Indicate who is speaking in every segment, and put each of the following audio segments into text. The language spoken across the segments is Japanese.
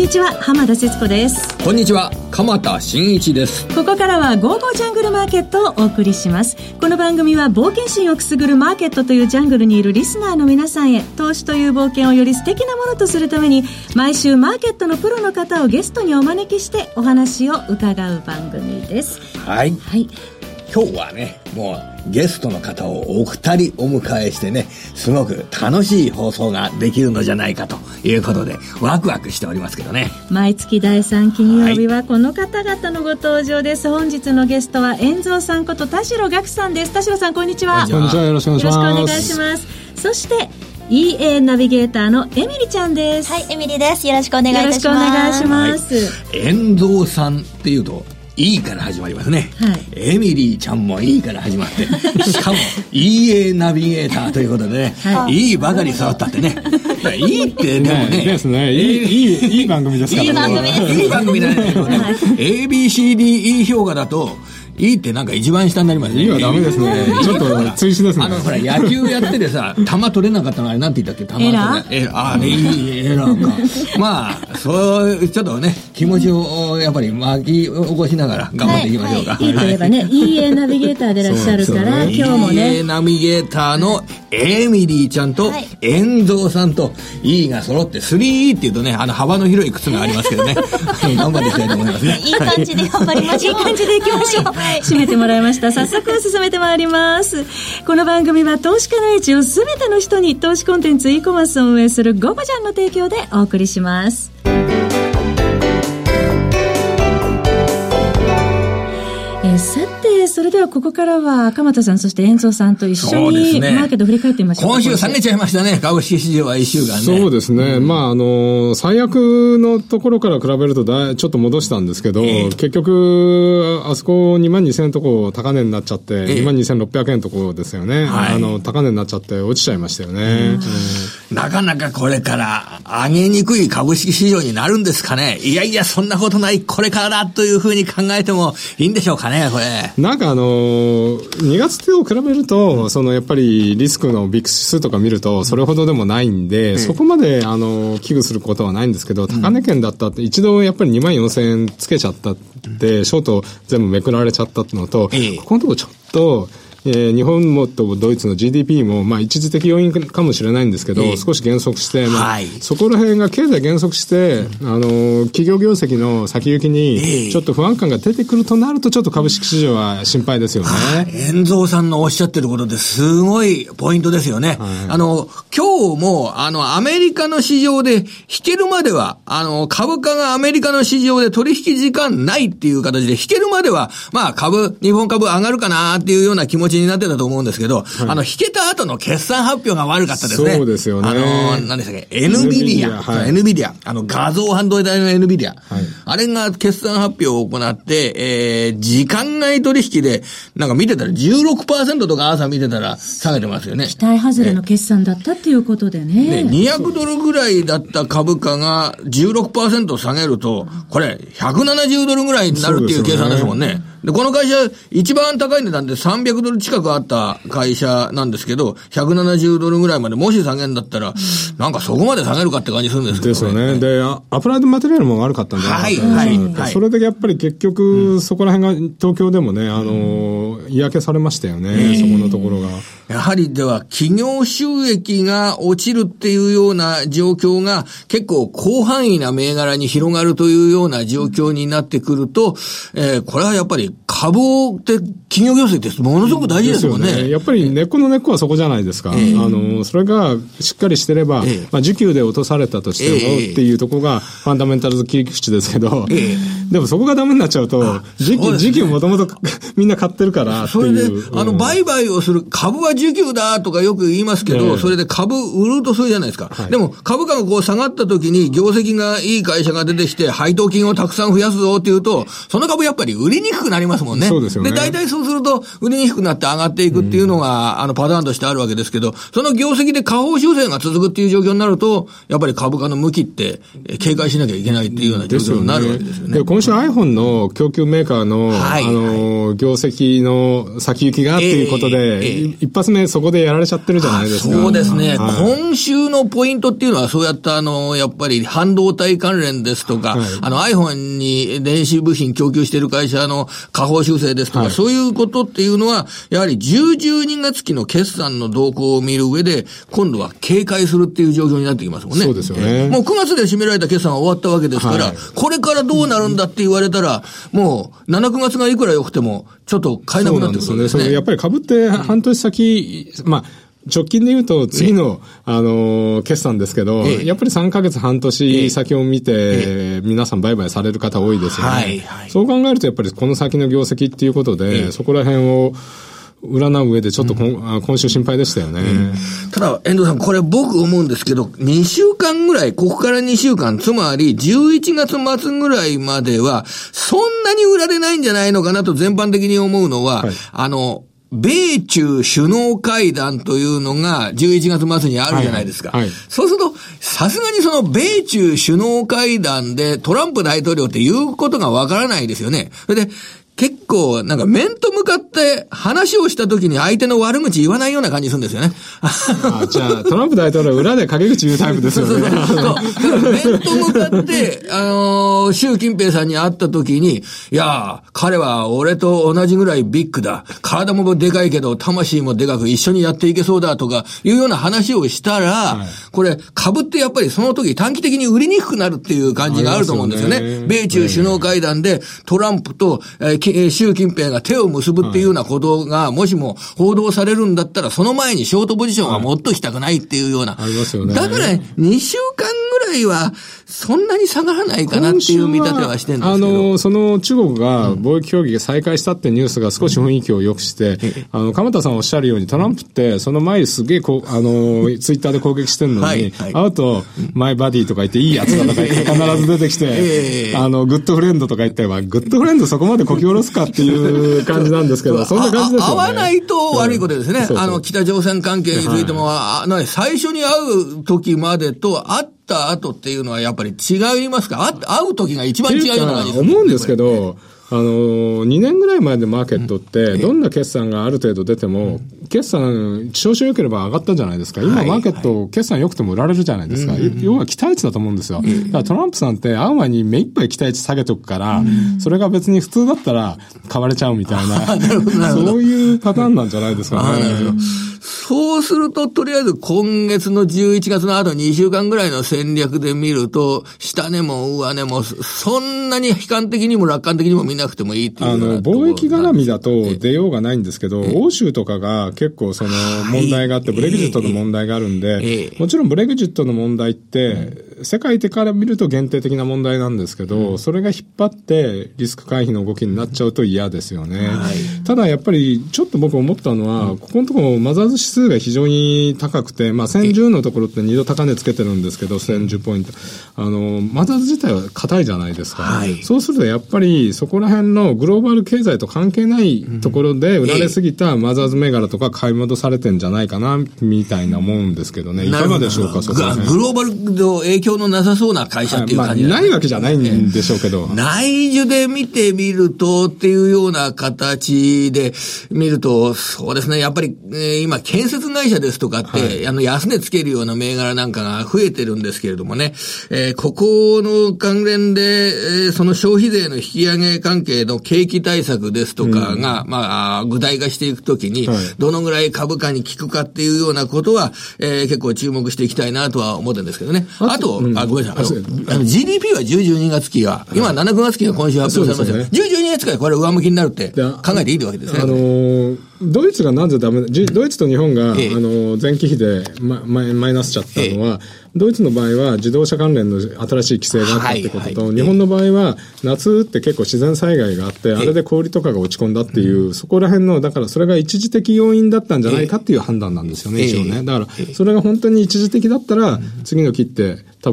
Speaker 1: にちは、浜田節子です。
Speaker 2: こんにちは、鎌田新一です。
Speaker 1: ここからはゴーゴージャングルマーケットをお送りします。この番組は冒険心をくすぐるマーケットというジャングルにいるリスナーの皆さんへ、投資という冒険をより素敵なものとするために、毎週マーケットのプロの方をゲストにお招きしてお話を伺う番組です。
Speaker 2: はい、はい、今日はね、もうゲストの方をお二人お迎えしてね、すごく楽しい放送ができるのじゃないかということでワクワクしておりますけどね。
Speaker 1: 毎月第3金曜日はこの方々のご登場です。本日のゲストは遠蔵さんこと田代岳さんです。田代さん、こんにちは。
Speaker 3: こんにちは、よろしくお願いします。
Speaker 1: よろしくお願いします。そして EA ナビゲーターのエミリちゃんです。
Speaker 4: はい、エミリです。よろしくお願いいたします。
Speaker 1: よろしくお願いします。
Speaker 2: 遠蔵さんっていうといいから始まりますね、はい、エミリーちゃんもいいから始まってしかも EA ナビゲーターということでね、はい、いいばかり揃ったってねいいってでもね、
Speaker 3: ですね、いい番組ですからね。
Speaker 4: いい番組です。
Speaker 2: いい番組なんですけどね、はい、ABCDE 評価だといいってなんか一番下になりますね。
Speaker 3: いいはダメですね。ちょっと追試ですね。
Speaker 2: ほら野球やっててさ、球取れなかったのあれなんて言ったっけ、球
Speaker 1: エラー？
Speaker 2: あれいいエラーか。まあそうちょっとね気持ちをやっぱり巻き起こしながら頑張っていきましょうか。
Speaker 1: はい、いいといえばね、EA ナビゲーターでいらっしゃるから、今日もね
Speaker 2: EA ナビゲーターのエミリーちゃんと遠蔵さんと E が揃って3っていうとね、幅の広い靴がありますけどね頑張っていきたいと思いますね。
Speaker 4: いい感じで頑張りましょう。
Speaker 1: いい感じでいきましょう。締めてもらいました。早速進めてまいります。この番組は投資家の英知をすべての人に、投資コンテンツ e コマースを運営するゴゴジャンの提供でお送りします。さて、それではここからは鎌田さん、そして遠蔵さんと一緒にマーケットを振り返ってみましょう。
Speaker 2: 今週下げちゃいましたね、株式市場は1週間ね。
Speaker 3: そうですね、まあ最悪のところから比べるとちょっと戻したんですけど、結局あそこ22,000円とこ高値になっちゃって、22,600円とこですよね、はい、高値になっちゃって落ちちゃいましたよね。
Speaker 2: なかなかこれから上げにくい株式市場になるんですかね。いやいやそんなことない、これからというふうに考えてもいいんでしょうかね。これ
Speaker 3: なんか2月と比べると、やっぱりリスクのビッグ指数とか見るとそれほどでもないんで、そこまで危惧することはないんですけど、高値圏だったって一度やっぱり24,000円つけちゃったって、ショート全部めくられちゃったってのと、ここのとこちょっと日本もとドイツの GDP も一時的要因かもしれないんですけど、少し減速して、そこら辺が経済減速して、企業業績の先行きにちょっと不安感が出てくるとなると、ちょっと株式市場は心配ですよね。
Speaker 2: 遠蔵さんのおっしゃってることですごいポイントですよね。今日もアメリカの市場で引けるまでは株価がアメリカの市場で取引時間ないっていう形で引けるまでは日本株上がるかなっていうような気持ちになってたと思うんですけど、引けた後の決算発表が悪かったですね。
Speaker 3: そうですよね。
Speaker 2: 何でしたっけ、NVIDIA、画像半導体の NVIDIA、あれが決算発表を行って、時間外取引でなんか見てたら 16% とか朝見てたら下げてますよね。
Speaker 1: 期待外れの決算だったっていうことでね。
Speaker 2: 200ドルぐらいだった株価が 16% 下げると、これ170ドルぐらいになるっていう計算ですもんね。で、この会社、一番高い値段で300ドル近くあった会社なんですけど、170ドルぐらいまでもし下げるんだったら、なんかそこまで下げるかって感じするんですけどね。
Speaker 3: ですよね。で、アプライドマテリアルも悪かったんで、それでやっぱり結局、そこら辺が東京でもね、嫌気されましたよね、そこのところが。
Speaker 2: やはりでは、企業収益が落ちるっていうような状況が結構広範囲な銘柄に広がるというような状況になってくると、これはやっぱり株って企業業績ってものすごく大事ですもんね。
Speaker 3: ですよね。やっぱり根っこの根っこはそこじゃないですか。それがしっかりしてれば、需給で落とされたとしてもっていうところがファンダメンタルズ切り口ですけど、でもそこがダメになっちゃうと、需給もともとみんな買ってるからっていう。
Speaker 2: それで、売買をする株は需給だとかよく言いますけど、それで株売るとするじゃないですか。でも株価がこう下がった時に業績がいい会社が出てきて配当金をたくさん増やすぞっていうと、その株やっぱり売りにくくなりますもんね。
Speaker 3: そうですよね。
Speaker 2: で、大体そうすると、売りにくくなって上がっていくっていうのが、パターンとしてあるわけですけど、その業績で下方修正が続くっていう状況になると、やっぱり株価の向きって、警戒しなきゃいけないっていうような状況になるわけですよね。
Speaker 3: で、今週 iPhone の供給メーカーの、業績の先行きがっていうことで、一発目そこでやられちゃってるじゃないですか。
Speaker 2: そうですね。今週のポイントっていうのは、そうやったやっぱり半導体関連ですとか、iPhone に電子部品供給している会社の下方修正ですとか、そういうことっていうのは、やはり10、12月期の決算の動向を見る上で、今度は警戒するっていう状況になってきますもんね。
Speaker 3: そうですよね。
Speaker 2: もう9月で締められた決算は終わったわけですから、これからどうなるんだって言われたら、もう7、9月がいくら良くても、ちょっと買えなくなってくるんですね。そうなんですよね。
Speaker 3: やっぱり株って半年先、直近で言うと次の、決算ですけど、やっぱり3ヶ月半年先を見て、皆さん売買される方多いですよね。そう考えるとやっぱりこの先の業績っていうことで、そこら辺を占う上でちょっと今週心配でしたよね。
Speaker 2: ただ、遠藤さん、これ僕思うんですけど、2週間ぐらい、ここから2週間、つまり11月末ぐらいまでは、そんなに売られないんじゃないのかなと全般的に思うのは、米中首脳会談というのが11月末にあるじゃないですか。そうすると、さすがにその米中首脳会談でトランプ大統領って言うことがわからないですよね。それで、結構、なんか面と向かって話をした時に相手の悪口言わないような感じするんですよね。
Speaker 3: じゃあ、トランプ大統領は裏で陰口言うタイプですよね。
Speaker 2: 面と向かって、習近平さんに会った時に、いや、彼は俺と同じぐらいビッグだ。体もでかいけど、魂もでかく一緒にやっていけそうだとか、いうような話をしたら、これ、株ってやっぱりその時短期的に売りにくくなるっていう感じがあると思うんですよね。米中首脳会談でトランプと、習近平が手を結ぶっていうようなことが、もしも報道されるんだったら、その前にショートポジションは持っときたくないっていうような。
Speaker 3: ありますよね。
Speaker 2: だから、2週間ぐらいは、そんなに下がらないかなっていう見立てはしてるんですけど。
Speaker 3: その中国が貿易協議が再開したってニュースが少し雰囲気を良くして、鎌田さんおっしゃるように、トランプって、その前すげえツイッターで攻撃してるのに、会うと、マイバディとか言って、いいやつだとか言って必ず出てきて、グッドフレンドとか言って、グッドフレンドそこまでこき下ろすかっていう感じなんですけど、そんな感じですよね。
Speaker 2: 合わないと悪いことですね。北朝鮮関係についても、最初に会う時までと会った後っていうのはやっぱり違いますか？会う時が一番違うような感じですね。
Speaker 3: 思うんですけど、2年ぐらい前でマーケットって、どんな決算がある程度出ても、決算、少々良ければ上がったじゃないですか。今マーケット、決算良くても売られるじゃないですか。要は期待値だと思うんですよ。だからトランプさんって会う前に目いっぱい期待値下げとくから、それが別に普通だったら買われちゃうみたいな、そういうパターンなんじゃないですかね。
Speaker 2: そうすると、とりあえず今月の11月の後2週間ぐらいの戦略で見ると、下値も上値も、そんなに悲観的にも楽観的にも見なくてもいいっていう。
Speaker 3: 貿易絡みだと出ようがないんですけど、欧州とかが結構その問題があって、ブレグジットの問題があるんで、もちろんブレグジットの問題って、世界的から見ると限定的な問題なんですけど、それが引っ張ってリスク回避の動きになっちゃうと嫌ですよね。ただやっぱりちょっと僕思ったのは、ここのところマザーズ指数が非常に高くて、1010のところって2度高値つけてるんですけど、1010ポイント。マザーズ自体は硬いじゃないですか。そうするとやっぱりそこら辺のグローバル経済と関係ないところで売られすぎたマザーズ銘柄とか買い戻されてんじゃないかな、みたいなもんですけどね。いかがでしょうか、そこら辺。
Speaker 2: グローバルの影響のなさそうな会社っていう感じ、
Speaker 3: ないわけじゃないんでしょうけど。
Speaker 2: 内需で見てみるとっていうような形で見ると、そうですね、やっぱり、今建設会社ですとかって、安値つけるような銘柄なんかが増えてるんですけれどもね、ここの関連で、その消費税の引き上げ関係の景気対策ですとかが、具体化していくときに、どのぐらい株価に効くかっていうようなことは、結構注目していきたいなとは思ってるんですけどね。あと、ごめんなさい。GDP は10、12月期は、今7、9月期が今週発表されましたよ。10、12月期はこれ上向きになるって考えていいわけですね。
Speaker 3: ドイツがなぜダメ、ドイツと日本が、前期比で、マイナスしちゃったのは、ドイツの場合は自動車関連の新しい規制があったってことと、日本の場合は夏って結構自然災害があって、あれで小売とかが落ち込んだっていう、そこら辺の、だからそれが一時的要因だったんじゃないかっていう判断なんですよね、一応ね。だから、それが本当に一時的だったら、次の期って多分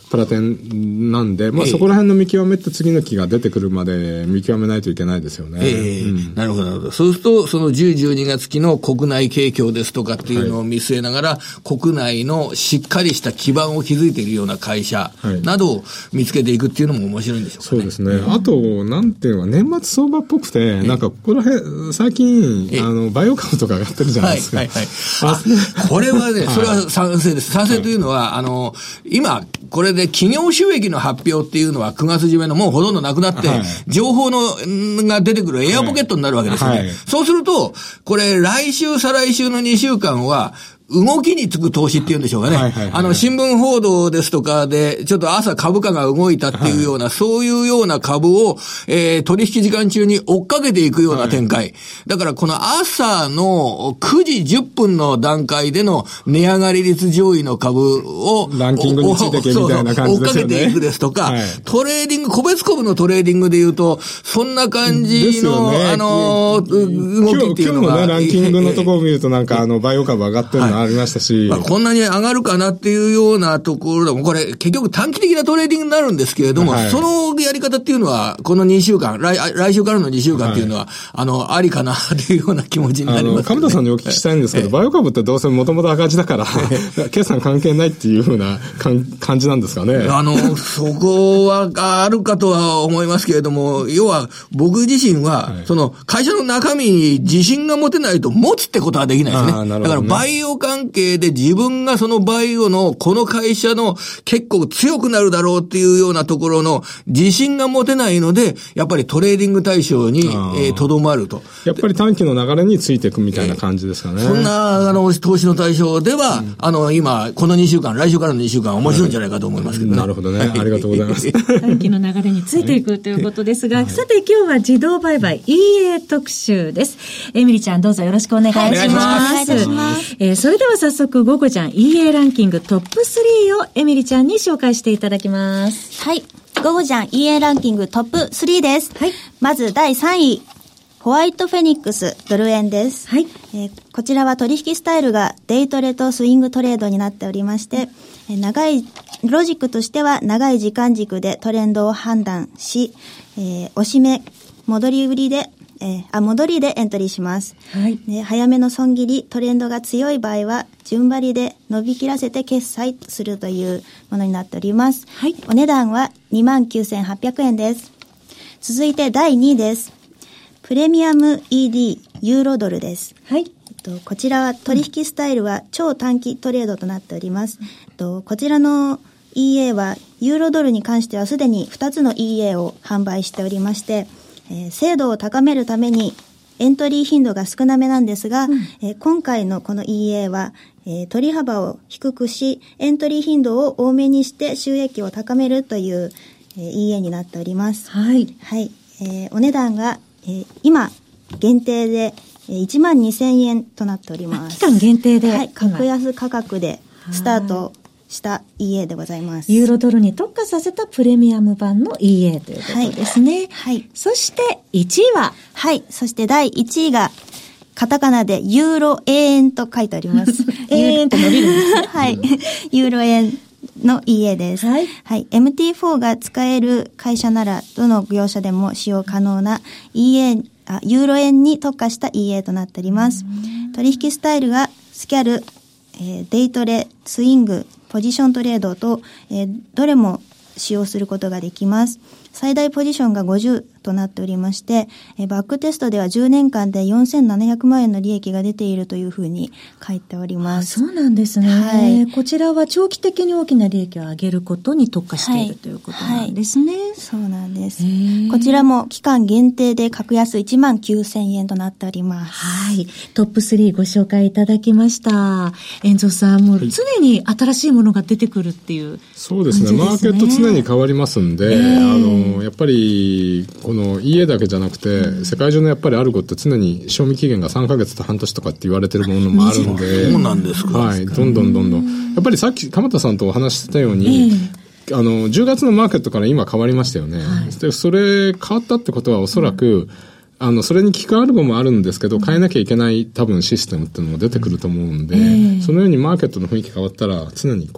Speaker 3: プラテンなんで、そこら辺の見極めって次の期が出てくるまで見極めないといけないですよね。
Speaker 2: なるほど、なるほど。そうすると、その10、12月期の国内景況ですとかっていうのを見据えながら、国内のしっかりした基盤を築いているような会社などを見つけていくっていうのも面白いんでしょうかね。
Speaker 3: そうですね。あと、なんていうの年末相場っぽくて、なんかここら辺、最近、バイオ株とか上がってるじゃないですか。
Speaker 2: これはね、それは賛成です。賛成というのは、今、これで企業収益の発表っていうのは9月締めのもうほとんどなくなって、情報が出てくるエアポケットになるわけですよね。そうすると、これ来週、再来週の2週間は、動きにつく投資っていうんでしょうかね。新聞報道ですとかで、ちょっと朝株価が動いたっていうような、そういうような株を、取引時間中に追っかけていくような展開。だからこの朝の9時10分の段階での値上がり率上位の株を、
Speaker 3: ランキングについてけみたいな感じですよね。
Speaker 2: 追っかけていくですとか、トレーディング、個別株のトレーディングで言うと、そんな感じの、動きっていうのが。
Speaker 3: 今日のね、ランキングのところを見るとなんかバイオ株上がってるのありましたし、
Speaker 2: こんなに上がるかなっていうようなところでも、これ結局短期的なトレーディングになるんですけれども、そのやり方っていうのは、この2週間、来週からの2週間っていうのは、ありかなっていうような気持ちになります、ね。
Speaker 3: 亀田さんにお聞きしたいんですけど、バイオ株ってどうせもともと赤字だから、決算関係ないっていうふうな感じなんですかね。
Speaker 2: そこはあるかとは思いますけれども、要は僕自身は、その会社の中身に自信が持てないと持つってことはできないですね。だからバイオ関係で自分がそのバイオのこの会社の結構強くなるだろうっていうようなところの自信が持てないので、やっぱりトレーディング対象にとどまると。
Speaker 3: やっぱり短期の流れについていくみたいな感じですかね。
Speaker 2: そんな投資の対象では、今この2週間、来週からの2週間面白いんじゃないかと思いますけどね。
Speaker 3: なるほどね。ありがとうございます。
Speaker 1: 短期の流れについていくということですが、さて今日は自動売買 EA 特集です。エミリちゃんどうぞよろしくお願いします。お願いいたします。それでは早速ゴゴちゃん EA ランキングトップ3をエミリちゃんに紹介していただきます。
Speaker 4: はい。ゴゴちゃん EA ランキングトップ3です。はい。まず第3位。ホワイトフェニックスドル円です。はい。こちらは取引スタイルがデイトレとスイングトレードになっておりまして、ロジックとしては長い時間軸でトレンドを判断し、押し目、戻りでエントリーします。はい。早めの損切り、トレンドが強い場合は、順張りで伸び切らせて決済するというものになっております。はい。お値段は 29,800 円です。続いて第2位です。プレミアム ED ユーロドルです。はい。こちらは取引スタイルは超短期トレードとなっております。こちらの EA はユーロドルに関してはすでに2つの EA を販売しておりまして、精度を高めるためにエントリー頻度が少なめなんですが、今回のこの EA は、取り幅を低くし、エントリー頻度を多めにして収益を高めるという、EA になっております。はい。はい。お値段が、今、限定で、12,000 円となっております。
Speaker 1: 期間限定で。
Speaker 4: はい。格安価格でスタートした EA でございます。
Speaker 1: ユーロドルに特化させたプレミアム版の EA ということですね。はい。そして1位は？
Speaker 4: はい。そして第1位が、カタカナでユーロ円と書いてあります。
Speaker 1: 円と伸びるんですね。
Speaker 4: はい。ユーロ円の EA です。はい。はい。MT4 が使える会社なら、どの業者でも使用可能な ユーロ円に特化した EA となっております。取引スタイルがスキャル、デイトレ、スイング、ポジショントレードと、どれも使用することができます。最大ポジションが50となっておりまして、バックテストでは10年間で4700万円の利益が出ているというふうに書いております。
Speaker 1: そうなんですね。はい。こちらは長期的に大きな利益を上げることに特化している、ということなんですね。
Speaker 4: そうなんです。こちらも期間限定で格安 19,000 円となっております。
Speaker 1: はい。トップ3ご紹介いただきました。遠藤さん、もう常に新しいものが出てくるっていう、
Speaker 3: そうですね。マーケット常に変わりますんで、やっぱりこの EA だけじゃなくて、世界中のやっぱりアルゴって常に賞味期限が3ヶ月と半年とかって言われてるものもあるんで、
Speaker 2: そうなんですか。
Speaker 3: はい、どんどんやっぱりさっき鎌田さんとお話ししてたように、10月のマーケットから今変わりましたよね。でそれ変わったってことはおそらく、それに効くアルゴもあるんですけど、変えなきゃいけない多分システムっていうのも出てくると思うんで、そのようにマーケットの雰囲気変わったら常にこう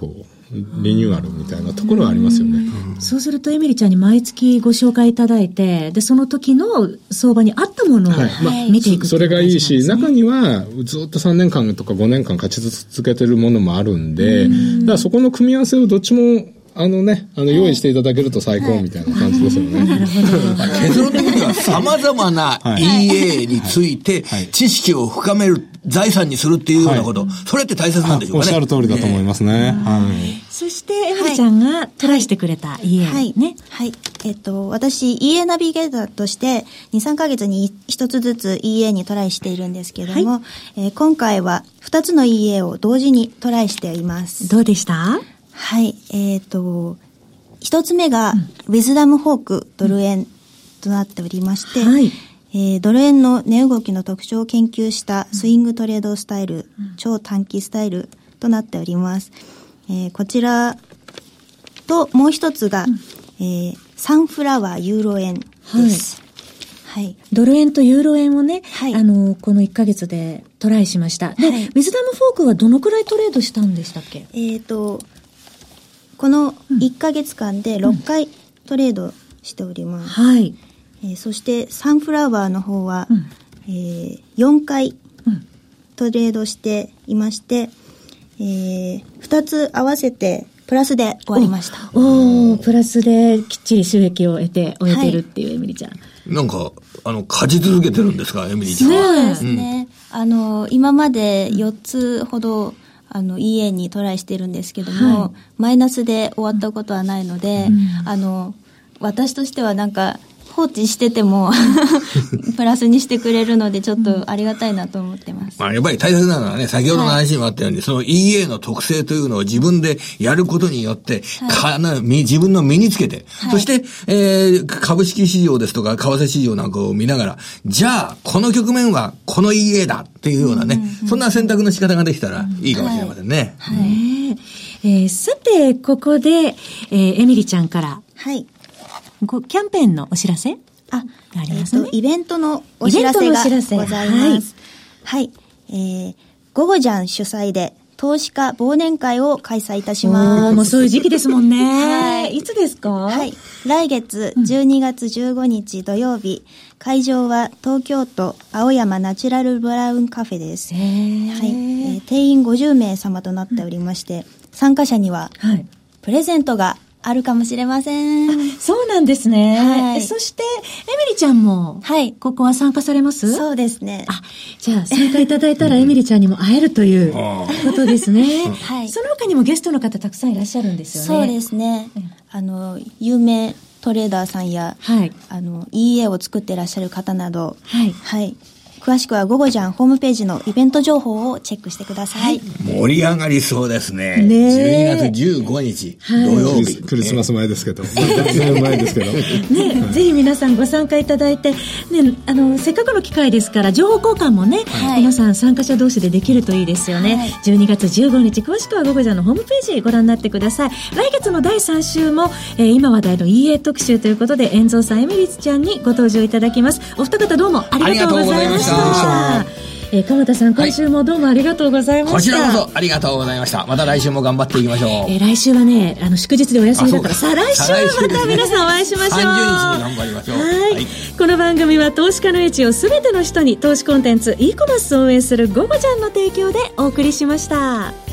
Speaker 3: リニューアルみたいなところはありますよね。
Speaker 1: そうするとエミリちゃんに毎月ご紹介いただいて、でその時の相場に合ったものを見ていく、
Speaker 3: それがいいし、中にはずっと3年間とか5年間勝ち続けてるものもあるんで、だからそこの組み合わせをどっちも用意していただけると最高みたいな感じですよね。なるほ
Speaker 2: ど。結論的には様々な EA について知識を深める、財産にするっていうようなこと、それって大切なんでしょうかね。
Speaker 3: おっしゃる通りだと思いますね。
Speaker 1: そしてエミリちゃんがトライしてくれた EA ね。
Speaker 4: はい。私 EA ナビゲーターとして2、3ヶ月に一つずつ EA にトライしているんですけれども、今回は2つの EA を同時にトライしています。
Speaker 1: どうでした？
Speaker 4: はい。一つ目が、ウィズダムホークドル円となっておりまして、はい、ドル円の値動きの特徴を研究したスイングトレードスタイル、超短期スタイルとなっております。こちらともう一つが、サンフラワーユーロ円です。
Speaker 1: はい。ドル円とユーロ円をね、はい、この1ヶ月でトライしました。で、はい、ウィズダムフォークはどのくらいトレードしたんでしたっけ？
Speaker 4: この1ヶ月間で6回トレードしております。
Speaker 1: はい。
Speaker 4: そしてサンフラワーの方は、4回トレードしていまして、2つ合わせてプラスで終わりました。
Speaker 1: プラスできっちり収益を終えてるっていうエミリちゃん。
Speaker 2: なんか、勝ち続けてるんですか、エミリちゃんは。
Speaker 4: そうですね。今まで4つほど、EA にトライしてるんですけども、はい、マイナスで終わったことはないので、私としてはなんか放置しててもプラスにしてくれるのでちょっとありがたいなと思ってます。
Speaker 2: まあやっぱり大切なのはね、先ほどの話にもあったように、はい、その EA の特性というのを自分でやることによって、はい、自分の身につけて、はい、そして、株式市場ですとか為替市場なんかを見ながら、じゃあこの局面はこの EA だっていうようなね、そんな選択の仕方ができたらいいかもしれませんね。
Speaker 1: さてここで、エミリちゃんから、
Speaker 4: はい、
Speaker 1: キャンペーンのお知らせがありますね。
Speaker 4: イベントのお知らせがございます。はい。ゴゴジャン主催で投資家忘年会を開催いたします。
Speaker 1: もうそういう時期ですもんね。はい。いつですか？
Speaker 4: はい。来月12月15日土曜日、会場は東京都青山ナチュラルブラウンカフェです。はい。定員50名様となっておりまして、参加者にはプレゼントがあるかもしれません。
Speaker 1: そうなんですね。はい。そして、エミリちゃんも、はい。ここは参加されます？
Speaker 4: そうですね。
Speaker 1: じゃあ、参加いただいたらエミリちゃんにも会えるということですね。はい。その他にもゲストの方たくさんいらっしゃるんですよね。
Speaker 4: そうですね。有名トレーダーさんや、はい。EA を作っていらっしゃる方など、はい。はい。詳しくはゴゴジャンホームページのイベント情報をチェックしてください。
Speaker 2: 盛り上がりそうですね。12月15日、土曜日。
Speaker 3: クリスマス前ですけど。前ですけど。
Speaker 1: ね、ぜひ皆さんご参加いただいて、ね、せっかくの機会ですから、情報交換もね、皆さん参加者同士でできるといいですよね。12月15日、詳しくはゴゴジャンのホームページご覧になってください。来月の第3週も、今話題の EA 特集ということで、遠蔵さん、エミリちゃんにご登場いただきます。お二方どうもありがとうございました。鎌田さん、今週もどうもありがとうございました。
Speaker 2: こちらこそありがとうございました。また来週も頑張っていきましょう。
Speaker 1: 来週はね、祝日でお休みだから、再来週はまた皆さんお会いしましょう。30日に
Speaker 2: 頑張りましょう。はい。
Speaker 1: この番組は投資家の位置をすべての人に投資コンテンツ e コマースを運営するゴゴジャンの提供でお送りしました。